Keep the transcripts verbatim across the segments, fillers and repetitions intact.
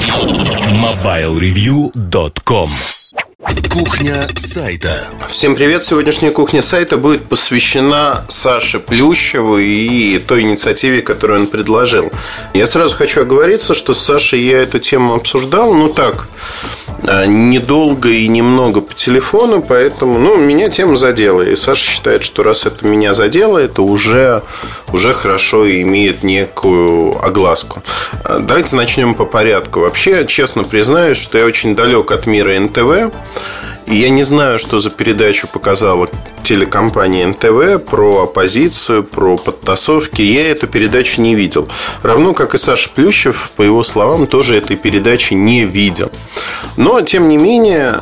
мобайл ревью точка ком. Кухня сайта. Всем привет! Сегодняшняя кухня сайта будет посвящена Саше Плющеву и той инициативе, которую он предложил. Я сразу хочу оговориться, что с Сашей я эту тему обсуждал, ну так, недолго и немного по телефону, поэтому, ну, меня тема задела. И Саша считает, что раз это меня задело, это уже, уже хорошо и имеет некую огласку. Давайте начнем по порядку. Вообще, честно признаюсь, что я очень далек от мира эн тэ вэ. И я не знаю, что за передачу показала телекомпания эн тэ вэ про оппозицию, про подтасовки. Я эту передачу не видел. Равно как и Саша Плющев, по его словам, тоже этой передачи не видел. Но, тем не менее,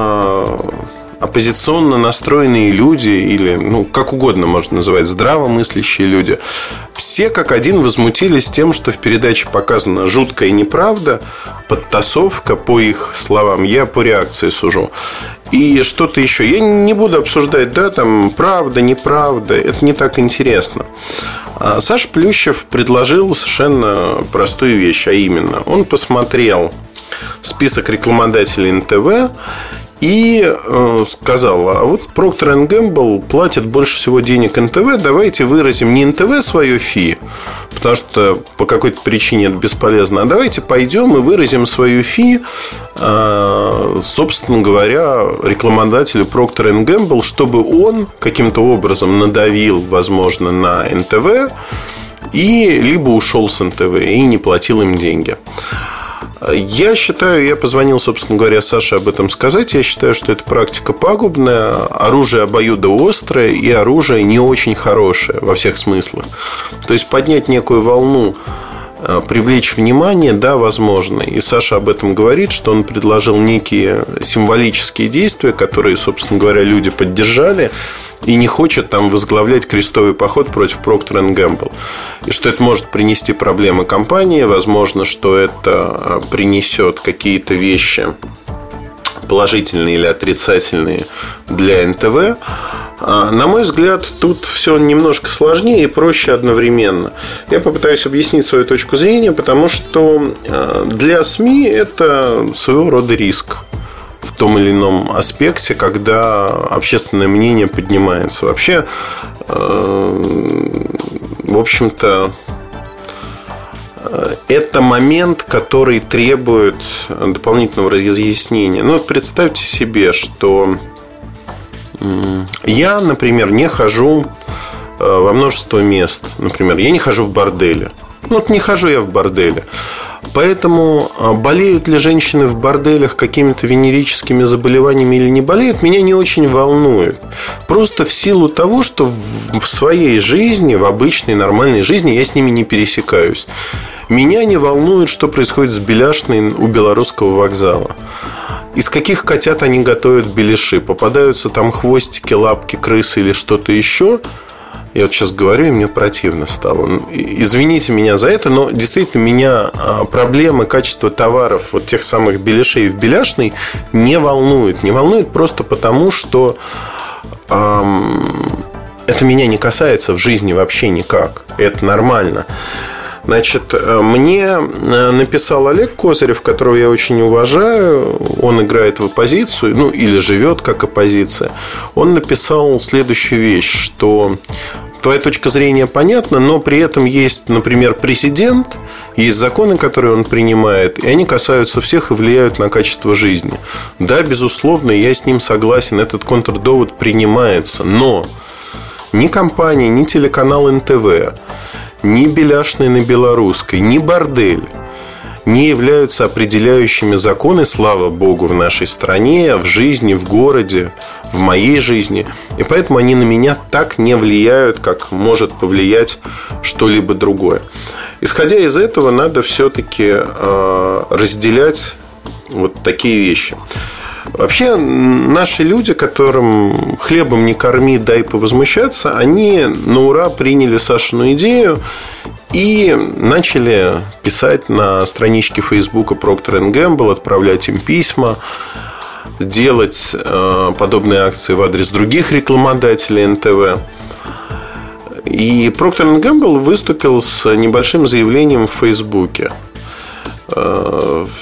оппозиционно настроенные люди, или, ну, как угодно можно называть, здравомыслящие люди, все как один возмутились тем, что в передаче показана жуткая неправда, подтасовка, по их словам. Я по реакции сужу. И что-то еще. Я не буду обсуждать, да, там, правда, неправда. Это не так интересно. А Саша Плющев предложил совершенно простую вещь, а именно, он посмотрел список рекламодателей эн тэ вэ и э, сказал: а вот Procter энд Gamble платит больше всего денег эн тэ вэ. Давайте выразим не эн тэ вэ свое фи, потому что по какой-то причине это бесполезно, а давайте пойдем и выразим свою фи, э, собственно говоря, рекламодателю Procter энд Gamble, чтобы он каким-то образом надавил, возможно, на эн тэ вэ и либо ушел с эн тэ вэ и не платил им деньги. Я считаю, я позвонил, собственно говоря, Саше об этом сказать. Я считаю, что эта практика пагубная. Оружие обоюдоострое и оружие не очень хорошее во всех смыслах. То есть поднять некую волну, привлечь внимание, да, возможно. И Саша об этом говорит, что он предложил некие символические действия, которые, собственно говоря, люди поддержали, и не хочет там возглавлять крестовый поход против Procter энд Gamble. И что это может принести проблемы компании. Возможно, что это принесет какие-то вещи положительные или отрицательные для эн тэ вэ. На мой взгляд, тут все немножко сложнее и проще одновременно. Я попытаюсь объяснить свою точку зрения, потому что для СМИ это своего рода риск в том или ином аспекте, когда общественное мнение поднимается. Вообще, в общем-то, это момент, который требует дополнительного разъяснения. Ну, вот представьте себе, что я, например, не хожу во множество мест. Например, я не хожу в борделе. Ну, вот не хожу я в борделе. Поэтому болеют ли женщины в борделях какими-то венерическими заболеваниями или не болеют, меня не очень волнует. Просто в силу того, что в своей жизни, в обычной нормальной жизни я с ними не пересекаюсь. Меня не волнует, что происходит с Беляшной у Белорусского вокзала. Из каких котят они готовят беляши? Попадаются там хвостики, лапки, крысы или что-то еще? Я вот сейчас говорю, и мне противно стало. Извините меня за это, но действительно меня проблемы качества товаров, вот тех самых беляшей в Беляшной, не волнует. Не волнует просто потому, что эм, это меня не касается в жизни вообще никак. Это нормально. Значит, мне написал Олег Козырев, которого я очень уважаю. Он играет в оппозицию, ну, или живет как оппозиция. Он написал следующую вещь, что твоя точка зрения понятна, но при этом есть, например, президент, есть законы, которые он принимает, и они касаются всех и влияют на качество жизни. Да, безусловно, я с ним согласен, этот контрдовод принимается, но ни компания, ни телеканал эн тэ вэ, ни Беляшный на Белорусской, ни бордель не являются определяющими законы, слава богу, в нашей стране, в жизни, в городе, в моей жизни. И поэтому они на меня так не влияют, как может повлиять что-либо другое. Исходя из этого, надо все-таки э, разделять вот такие вещи. Вообще, наши люди, которым хлебом не корми, дай повозмущаться, они на ура приняли Сашину идею и начали писать на страничке Фейсбука Procter энд Gamble, отправлять им письма, делать э, подобные акции в адрес других рекламодателей эн тэ вэ. И Procter энд Gamble выступил с небольшим заявлением в Фейсбуке.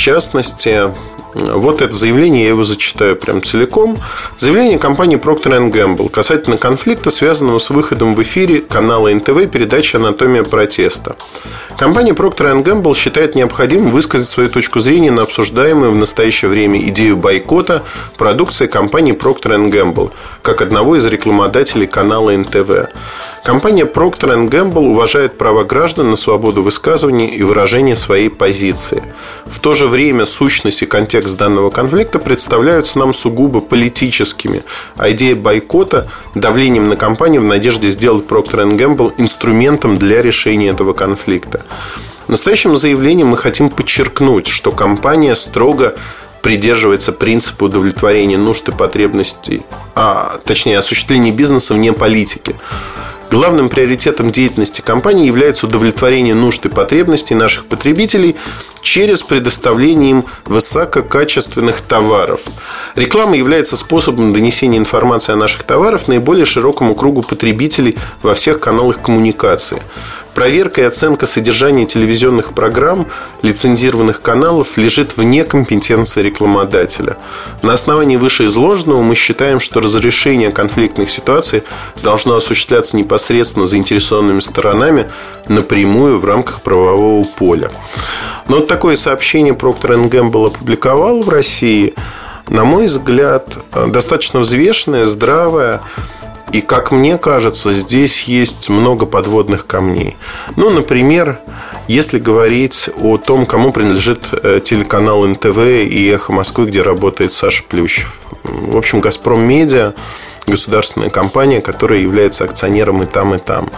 частности, вот это заявление, я его зачитаю прям целиком. Заявление компании Procter энд Gamble касательно конфликта, связанного с выходом в эфире канала эн тэ вэ передачи «Анатомия протеста». Компания Procter энд Gamble считает необходимым высказать свою точку зрения на обсуждаемую в настоящее время идею бойкота продукции компании Procter энд Gamble как одного из рекламодателей канала эн тэ вэ. Компания Procter энд Gamble уважает права граждан на свободу высказывания и выражения своей позиции. В то же время сущность и контекст данного конфликта представляются нам сугубо политическими, а идея бойкота – давлением на компанию в надежде сделать Procter энд Gamble инструментом для решения этого конфликта. Настоящим заявлением мы хотим подчеркнуть, что компания строго придерживается принципа удовлетворения нужд и потребностей, а точнее осуществления бизнеса вне политики. Главным приоритетом деятельности компании является удовлетворение нужд и потребностей наших потребителей через предоставление им высококачественных товаров. Реклама является способом донесения информации о наших товарах наиболее широкому кругу потребителей во всех каналах коммуникации. Проверка и оценка содержания телевизионных программ лицензированных каналов лежит вне компетенции рекламодателя. На основании вышеизложенного мы считаем, что разрешение конфликтных ситуаций должно осуществляться непосредственно заинтересованными сторонами напрямую в рамках правового поля. Но вот такое сообщение Procter энд Gamble опубликовал в России, на мой взгляд, достаточно взвешенное, здравое. И, как мне кажется, здесь есть много подводных камней. Ну, например, если говорить о том, кому принадлежит телеканал эн тэ вэ и «Эхо Москвы», где работает Саша Плющев. В общем, «Газпром Медиа» – государственная компания, которая является акционером и там, и там.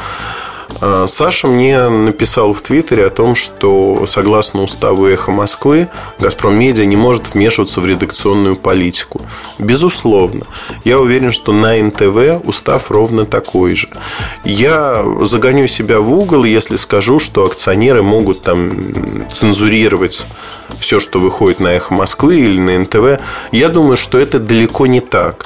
Саша мне написал в Твиттере о том, что согласно уставу «Эхо Москвы» «Газпром Медиа» не может вмешиваться в редакционную политику. Безусловно. Я уверен, что на эн тэ вэ устав ровно такой же. Я загоню себя в угол, если скажу, что акционеры могут там цензурировать все, что выходит на «Эхо Москвы» или на эн тэ вэ. Я думаю, что это далеко не так.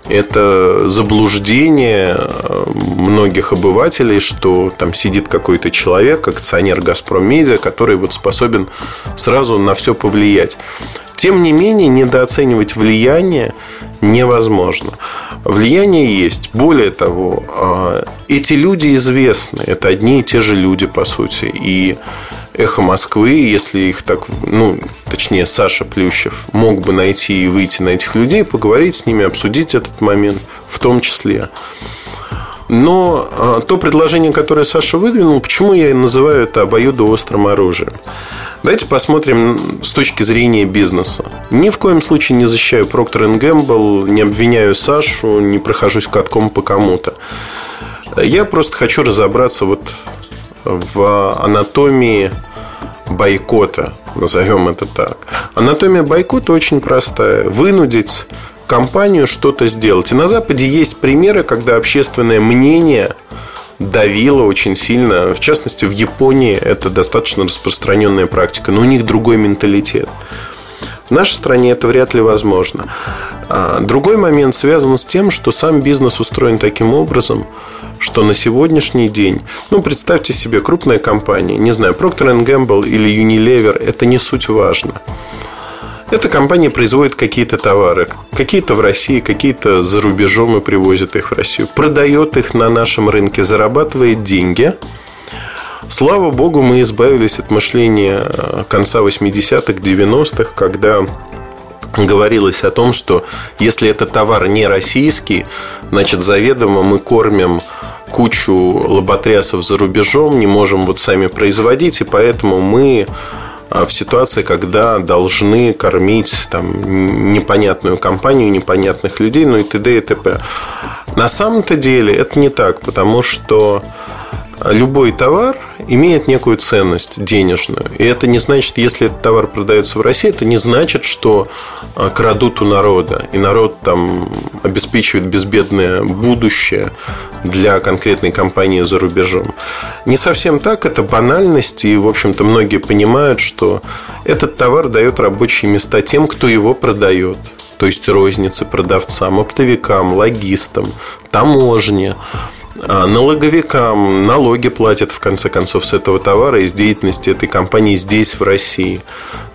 Это заблуждение многих обывателей, что там сидит какой-то человек, акционер «Газпром Медиа», который вот способен сразу на все повлиять. Тем не менее, недооценивать влияние невозможно. Влияние есть. Более того, эти люди известны. Это одни и те же люди, по сути. И «Эхо Москвы», если их так, ну, точнее, Саша Плющев мог бы найти и выйти на этих людей, поговорить с ними, обсудить этот момент в том числе. Но а, то предложение, которое Саша выдвинул, почему я и называю это обоюдоострым оружием? Давайте посмотрим с точки зрения бизнеса. Ни в коем случае не защищаю Procter энд Gamble, не обвиняю Сашу, не прохожусь катком по кому-то. Я просто хочу разобраться вот в анатомии бойкота, назовем это так. Анатомия бойкота очень простая. Вынудить компанию что-то сделать. И на Западе есть примеры, когда общественное мнение давило очень сильно. В частности, в Японии это достаточно распространенная практика. Но у них другой менталитет. В нашей стране это вряд ли возможно. Другой момент связан с тем, что сам бизнес устроен таким образом, что на сегодняшний день, ну, представьте себе, крупная компания, не знаю, Procter энд Gamble или Unilever, это не суть важно. Эта компания производит какие-то товары, какие-то в России, какие-то за рубежом и привозит их в Россию, продает их на нашем рынке, зарабатывает деньги. Слава богу, мы избавились от мышления конца восьмидесятых, девяностых, когда говорилось о том, что если этот товар не российский, значит, заведомо мы кормим кучу лоботрясов за рубежом, не можем вот сами производить, и поэтому мы в ситуации, когда должны кормить там непонятную компанию, непонятных людей, ну и т.д. и т.п. На самом-то деле это не так, потому что любой товар имеет некую ценность денежную. И это не значит, если этот товар продается в России, это не значит, что крадут у народа. И народ там обеспечивает безбедное будущее для конкретной компании за рубежом. Не совсем так, это банальность. И, в общем-то, многие понимают, что этот товар дает рабочие места тем, кто его продает. То есть рознице, продавцам, оптовикам, логистам, таможне, налоговикам. Налоги платят, в конце концов, с этого товара, из деятельности этой компании здесь, в России.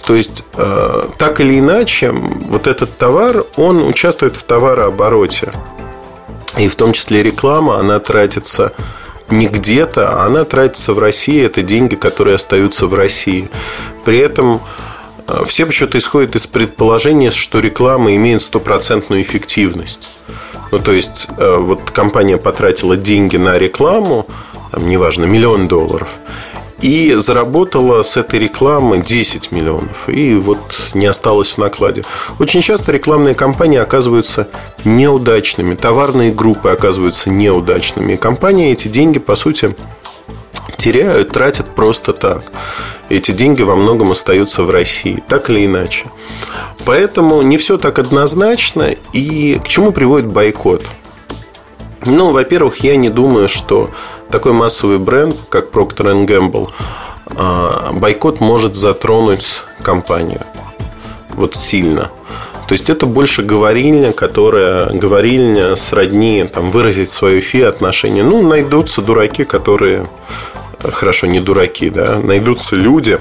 То есть, э, так или иначе, вот этот товар, он участвует в товарообороте. И в том числе реклама, она тратится не где-то, а она тратится в России. Это деньги, которые остаются в России. При этом э, все почему-то исходят из предположения, что реклама имеет стопроцентную эффективность. Ну, то есть, э, вот компания потратила деньги на рекламу, там, неважно, миллион долларов, и заработала с этой рекламы десять миллионов. И вот не осталось в накладе. Очень часто рекламные кампании оказываются неудачными. Товарные группы оказываются неудачными. И компании эти деньги, по сути, теряют, тратят просто так. Эти деньги во многом остаются в России, так или иначе. Поэтому не все так однозначно. И к чему приводит бойкот? Ну, во-первых, я не думаю, что такой массовый бренд, как Procter энд Gamble, бойкот может затронуть компанию вот сильно. То есть это больше говорильня, которая говорильня сродни там, выразить свое фи-отношение. Ну, найдутся дураки, которые... Хорошо, не дураки, да. Найдутся люди.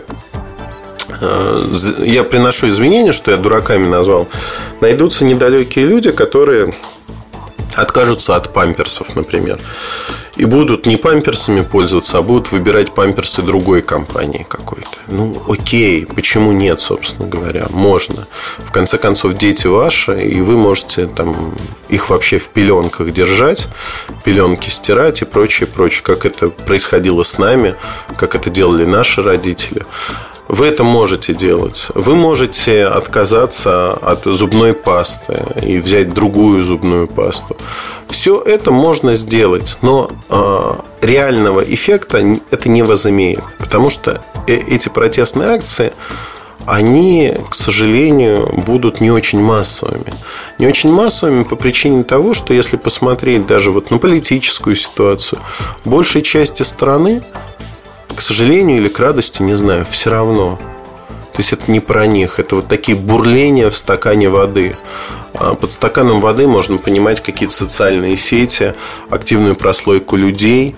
Я приношу извинения, что я дураками назвал. Найдутся недалекие люди, которые откажутся от памперсов, например, и будут не памперсами пользоваться, а будут выбирать памперсы другой компании какой-то. Ну, окей, почему нет, собственно говоря? Можно. В конце концов, дети ваши, и вы можете там, их вообще в пеленках держать, пеленки стирать и прочее, прочее, как это происходило с нами, как это делали наши родители. Вы это можете делать. Вы можете отказаться от зубной пасты и взять другую зубную пасту. Все это можно сделать, но э, реального эффекта это не возымеет. Потому что эти протестные акции, они, к сожалению, будут не очень массовыми. Не очень массовыми по причине того, что если посмотреть даже вот на политическую ситуацию, большей части страны, к сожалению или к радости, не знаю, все равно. То есть это не про них. Это вот такие бурления в стакане воды. Под стаканом воды можно понимать какие-то социальные сети, активную прослойку людей.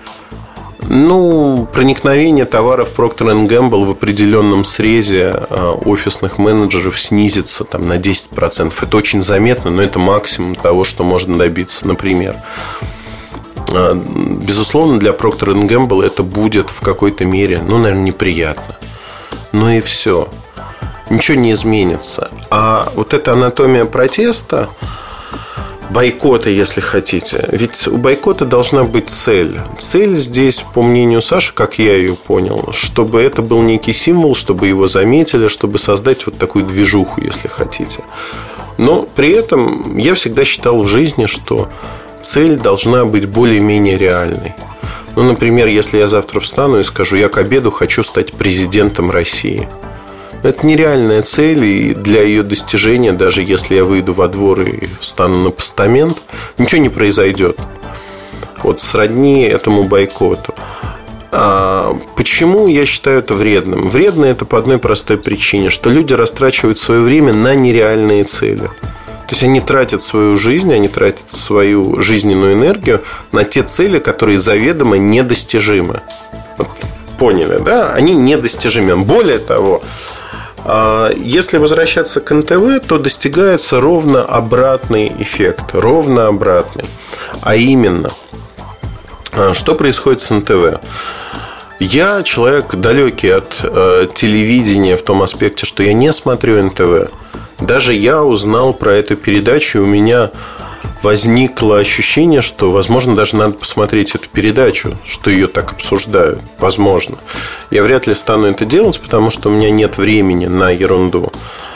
Ну, проникновение товаров Procter энд Gamble в определенном срезе офисных менеджеров снизится там, на десять процентов. Это очень заметно, но это максимум того, что можно добиться. Например, безусловно, для Procter энд Gamble это будет в какой-то мере, ну, наверное, неприятно. Ну и все. Ничего не изменится. А вот эта анатомия протеста, бойкота, если хотите, ведь у бойкота должна быть цель. Цель здесь, по мнению Саши, как я ее понял, чтобы это был некий символ, чтобы его заметили, чтобы создать вот такую движуху, если хотите. Но при этом я всегда считал в жизни, что цель должна быть более-менее реальной. Ну, например, если я завтра встану и скажу, я к обеду хочу стать президентом России. Это нереальная цель, и для ее достижения, даже если я выйду во двор и встану на постамент, ничего не произойдет. Вот сродни этому бойкоту. А почему я считаю это вредным? Вредно это по одной простой причине, что люди растрачивают свое время на нереальные цели. То есть они тратят свою жизнь, они тратят свою жизненную энергию на те цели, которые заведомо недостижимы. Вот, поняли, да? Они недостижимы. Более того, если возвращаться к эн тэ вэ, то достигается ровно обратный эффект. Ровно обратный. А именно, что происходит с эн тэ вэ? Я человек далекий от э, телевидения в том аспекте, что я не смотрю эн тэ вэ. Даже я узнал про эту передачу, и у меня возникло ощущение, что, возможно, даже надо посмотреть эту передачу, что ее так обсуждают. Возможно. Я вряд ли стану это делать, потому что у меня нет времени на ерунду.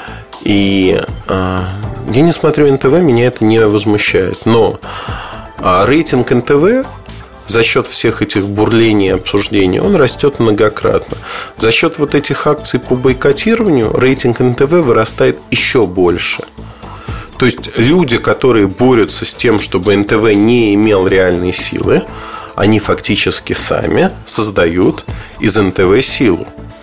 И э, я не смотрю эн тэ вэ, меня это не возмущает. Но э, рейтинг эн тэ вэ за счет всех этих бурлений и обсуждений он растет многократно. За счет вот этих акций по бойкотированию рейтинг эн тэ вэ вырастает еще больше. То есть люди, которые борются с тем, чтобы эн тэ вэ не имел реальной силы, они фактически сами создают из эн тэ вэ силу.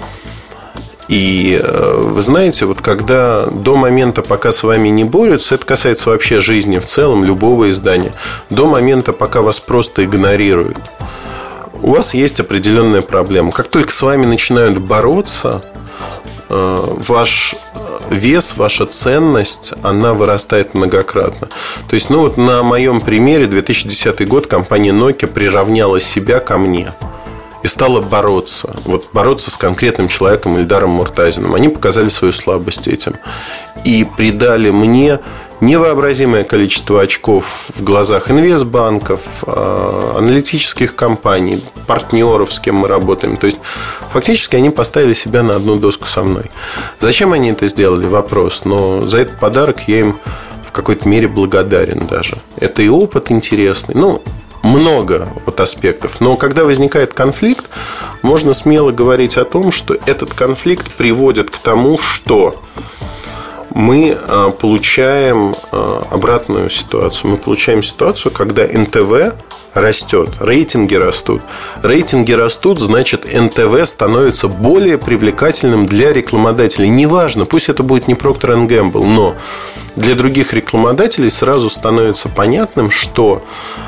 И вы знаете, вот когда до момента, пока с вами не борются, это касается вообще жизни в целом, любого издания, до момента, пока вас просто игнорируют, у вас есть определенная проблема. Как только с вами начинают бороться, ваш вес, ваша ценность, она вырастает многократно. То есть, ну вот на моем примере, две тысячи десятый год, компания Nokia приравняла себя ко мне и стала бороться. Вот бороться с конкретным человеком, Ильдаром Муртазиным. Они показали свою слабость этим и придали мне невообразимое количество очков в глазах инвестбанков, аналитических компаний, партнеров, с кем мы работаем. То есть, фактически они поставили себя на одну доску со мной. Зачем они это сделали? Вопрос. Но за этот подарок я им в какой-то мере благодарен даже. Это и опыт интересный. Ну, много вот аспектов. Но когда возникает конфликт, можно смело говорить о том, что этот конфликт приводит к тому, что мы получаем обратную ситуацию. Мы получаем ситуацию, когда эн тэ вэ растет, рейтинги растут. Рейтинги растут, значит, эн тэ вэ становится более привлекательным для рекламодателей. Неважно, пусть это будет не Procter энд Gamble, но для других рекламодателей сразу становится понятным, что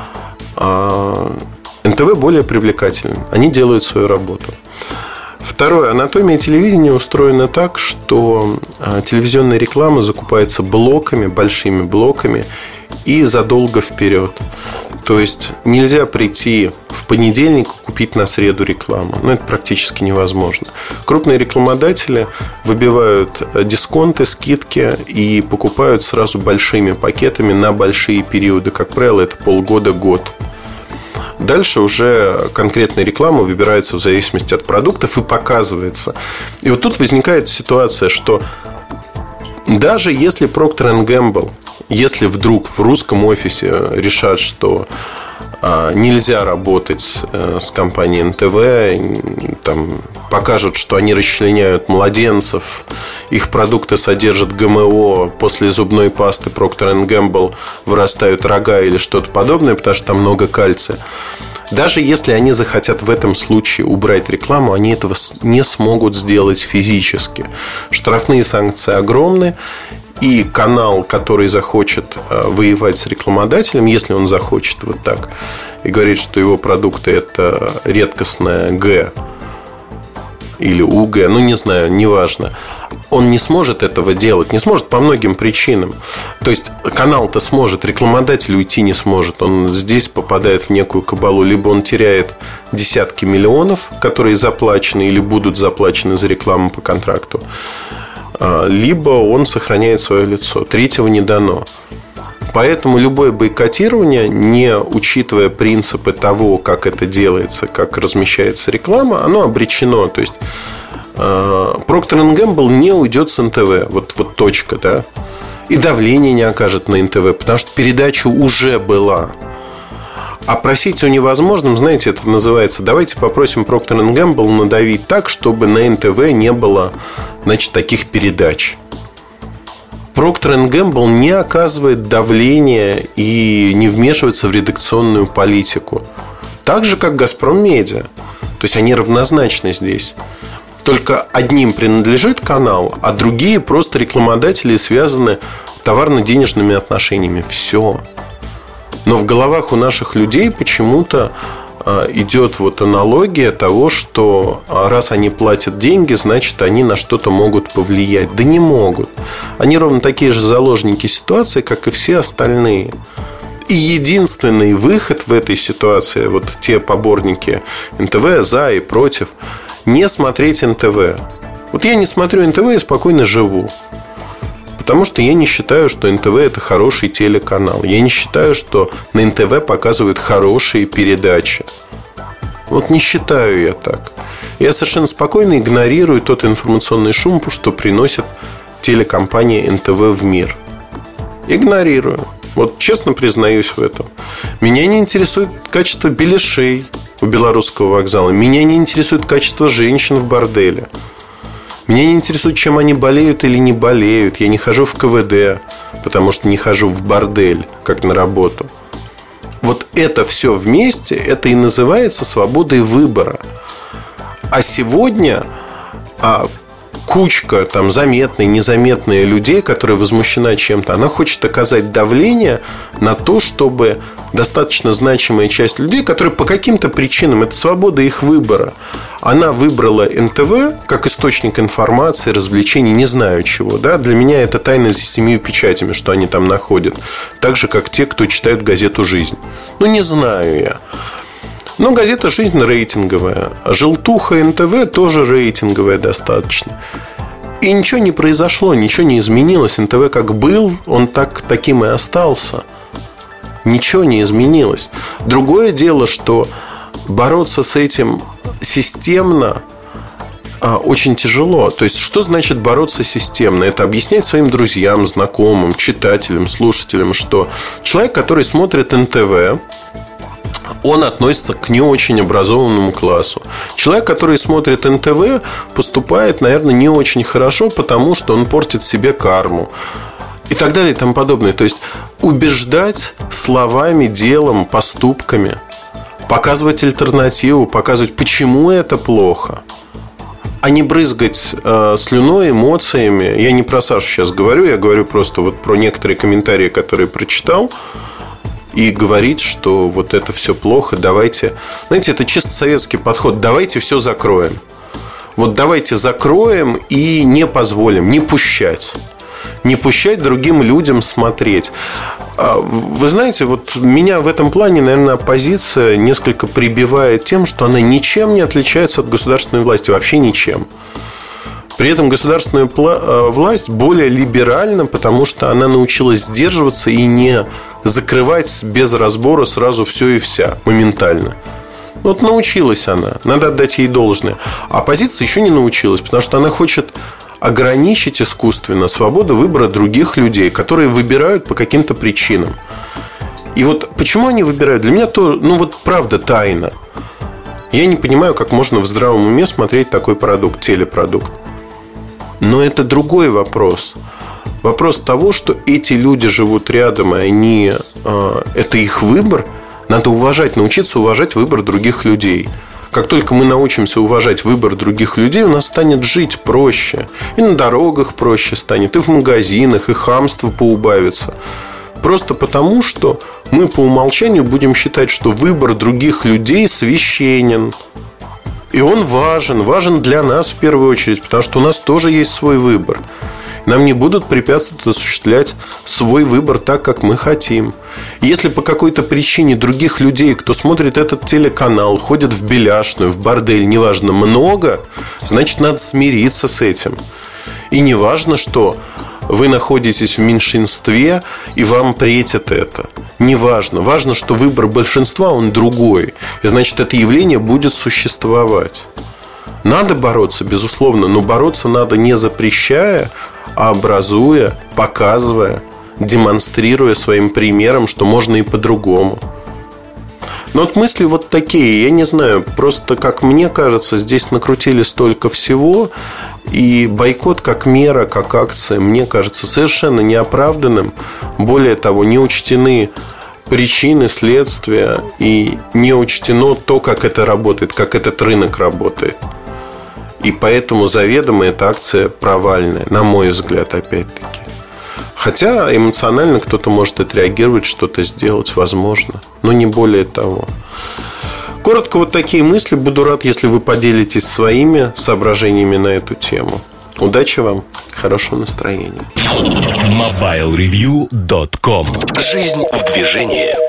эн тэ вэ более привлекательным. Они делают свою работу. Второе. Анатомия телевидения устроена так, что телевизионная реклама закупается блоками, большими блоками и задолго вперед. То есть нельзя прийти в понедельник и купить на среду рекламу. Ну, это практически невозможно. Крупные рекламодатели выбивают дисконты, скидки и покупают сразу большими пакетами на большие периоды. Как правило, это полгода-год. Дальше уже конкретная реклама выбирается в зависимости от продуктов и показывается. И вот тут возникает ситуация, что даже если Procter энд Gamble, если вдруг в русском офисе решат, что а, нельзя работать а, с компанией эн тэ вэ, там, покажут, что они расчленяют младенцев, их продукты содержат гэ эм о, после зубной пасты Procter энд Gamble вырастают рога или что-то подобное, потому что там много кальция. Даже если они захотят в этом случае убрать рекламу, они этого не смогут сделать физически. Штрафные санкции огромны. И канал, который захочет воевать с рекламодателем, если он захочет вот так, и говорит, что его продукты это редкостное Г или УГ, ну не знаю, неважно, он не сможет этого делать, не сможет по многим причинам. То есть канал-то сможет, рекламодатель уйти не сможет. Он здесь попадает в некую кабалу. Либо он теряет десятки миллионов, которые заплачены или будут заплачены за рекламу по контракту, либо он сохраняет свое лицо. Третьего не дано. Поэтому любое бойкотирование, не учитывая принципы того, как это делается, как размещается реклама, оно обречено. То есть Procter энд Gamble не уйдет с эн тэ вэ. Вот, вот точка, да. И давление не окажет на эн тэ вэ, потому что передача уже была. А просить о невозможном, знаете, это называется: давайте попросим Procter энд Gamble надавить так, чтобы на эн тэ вэ не было, значит, таких передач. Procter энд Gamble не оказывает давления и не вмешивается в редакционную политику. Так же, как Газпром Медиа. То есть они равнозначны здесь. Только одним принадлежит канал, а другие просто рекламодатели, связаны товарно-денежными отношениями. Все. Но в головах у наших людей почему-то идет вот аналогия того, что раз они платят деньги, значит, они на что-то могут повлиять. Да не могут. Они ровно такие же заложники ситуации, как и все остальные. И единственный выход в этой ситуации, вот те поборники эн тэ вэ за и против, не смотреть эн тэ вэ. Вот я не смотрю эн тэ вэ и спокойно живу. Потому что я не считаю, что эн тэ вэ это хороший телеканал. Я не считаю, что на эн тэ вэ показывают хорошие передачи. Вот не считаю я так. Я совершенно спокойно игнорирую тот информационный шум, что приносит телекомпания эн тэ вэ в мир. Игнорирую. Вот честно признаюсь в этом. Меня не интересует качество беляшей у Белорусского вокзала. Меня не интересует качество женщин в борделе. Меня не интересует, чем они болеют или не болеют. Я не хожу в ка вэ дэ, потому что не хожу в бордель, как на работу. Вот это все вместе, это и называется свободой выбора. А сегодня а, кучка там заметной, незаметной людей, которые возмущена чем-то, она хочет оказать давление на то, чтобы достаточно значимая часть людей, которые по каким-то причинам, это свобода их выбора, она выбрала эн тэ вэ как источник информации, развлечений, не знаю чего, да? Для меня это тайна за семью печатями, что они там находят. Так же, как те, кто читают газету «Жизнь». Ну, не знаю я. Но газета «Жизнь» рейтинговая. Желтуха эн тэ вэ тоже рейтинговая достаточно. И ничего не произошло, ничего не изменилось. эн тэ вэ как был, он так, таким и остался. Ничего не изменилось. Другое дело, что бороться с этим системно а, очень тяжело. То есть, что значит бороться системно? Это объяснять своим друзьям, знакомым, читателям, слушателям, что человек, который смотрит эн тэ вэ, он относится к не очень образованному классу. Человек, который смотрит эн тэ вэ, поступает, наверное, не очень хорошо, потому что он портит себе карму и так далее и тому подобное. То есть убеждать словами, делом, поступками, показывать альтернативу, показывать, почему это плохо, а не брызгать э, слюной, эмоциями. Я не про Сашу сейчас говорю, я говорю просто вот про некоторые комментарии, которые прочитал. И говорить, что вот это все плохо, давайте... Знаете, это чисто советский подход. Давайте все закроем. Вот давайте закроем и не позволим, не пущать. Не пущать другим людям смотреть. Вы знаете, вот меня в этом плане, наверное, оппозиция несколько прибивает тем, что она ничем не отличается от государственной власти. Вообще ничем. При этом государственная власть более либеральна, потому что она научилась сдерживаться и не закрывать без разбора сразу все и вся, моментально. Вот научилась она, надо отдать ей должное. А оппозиция еще не научилась, потому что она хочет ограничить искусственно свободу выбора других людей, которые выбирают по каким-то причинам. И вот почему они выбирают, для меня то, ну вот правда тайна. Я не понимаю, как можно в здравом уме смотреть такой продукт, телепродукт. Но это другой вопрос. Вопрос того, что эти люди живут рядом, и они, э, это их выбор. Надо уважать, научиться уважать выбор других людей. Как только мы научимся уважать выбор других людей, у нас станет жить проще. И на дорогах проще станет, и в магазинах, и хамство поубавится. Просто потому, что мы по умолчанию будем считать, что выбор других людей священен. И он важен, важен для нас в первую очередь, потому что у нас тоже есть свой выбор. Нам не будут препятствовать осуществлять свой выбор так, как мы хотим. Если по какой-то причине других людей, кто смотрит этот телеканал, ходят в беляшную, в бордель, неважно, много, значит, надо смириться с этим. И не важно, что вы находитесь в меньшинстве и вам претит это. Не важно. Важно, что выбор большинства, он другой. И значит, это явление будет существовать. Надо бороться, безусловно. Но бороться надо не запрещая, а образуя, показывая, демонстрируя своим примером, что можно и по-другому. Но вот мысли вот такие, я не знаю, просто, как мне кажется, здесь накрутили столько всего. И бойкот как мера, как акция, мне кажется совершенно неоправданным. Более того, не учтены причины, следствия, и не учтено то, как это работает, как этот рынок работает. И поэтому заведомо эта акция провальная, на мой взгляд, опять-таки. Хотя эмоционально кто-то может отреагировать, что-то сделать, возможно, но не более того. Коротко вот такие мысли. Буду рад, если вы поделитесь своими соображениями на эту тему. Удачи вам, хорошего настроения. мобайл ревью точка ком. Жизнь в движении.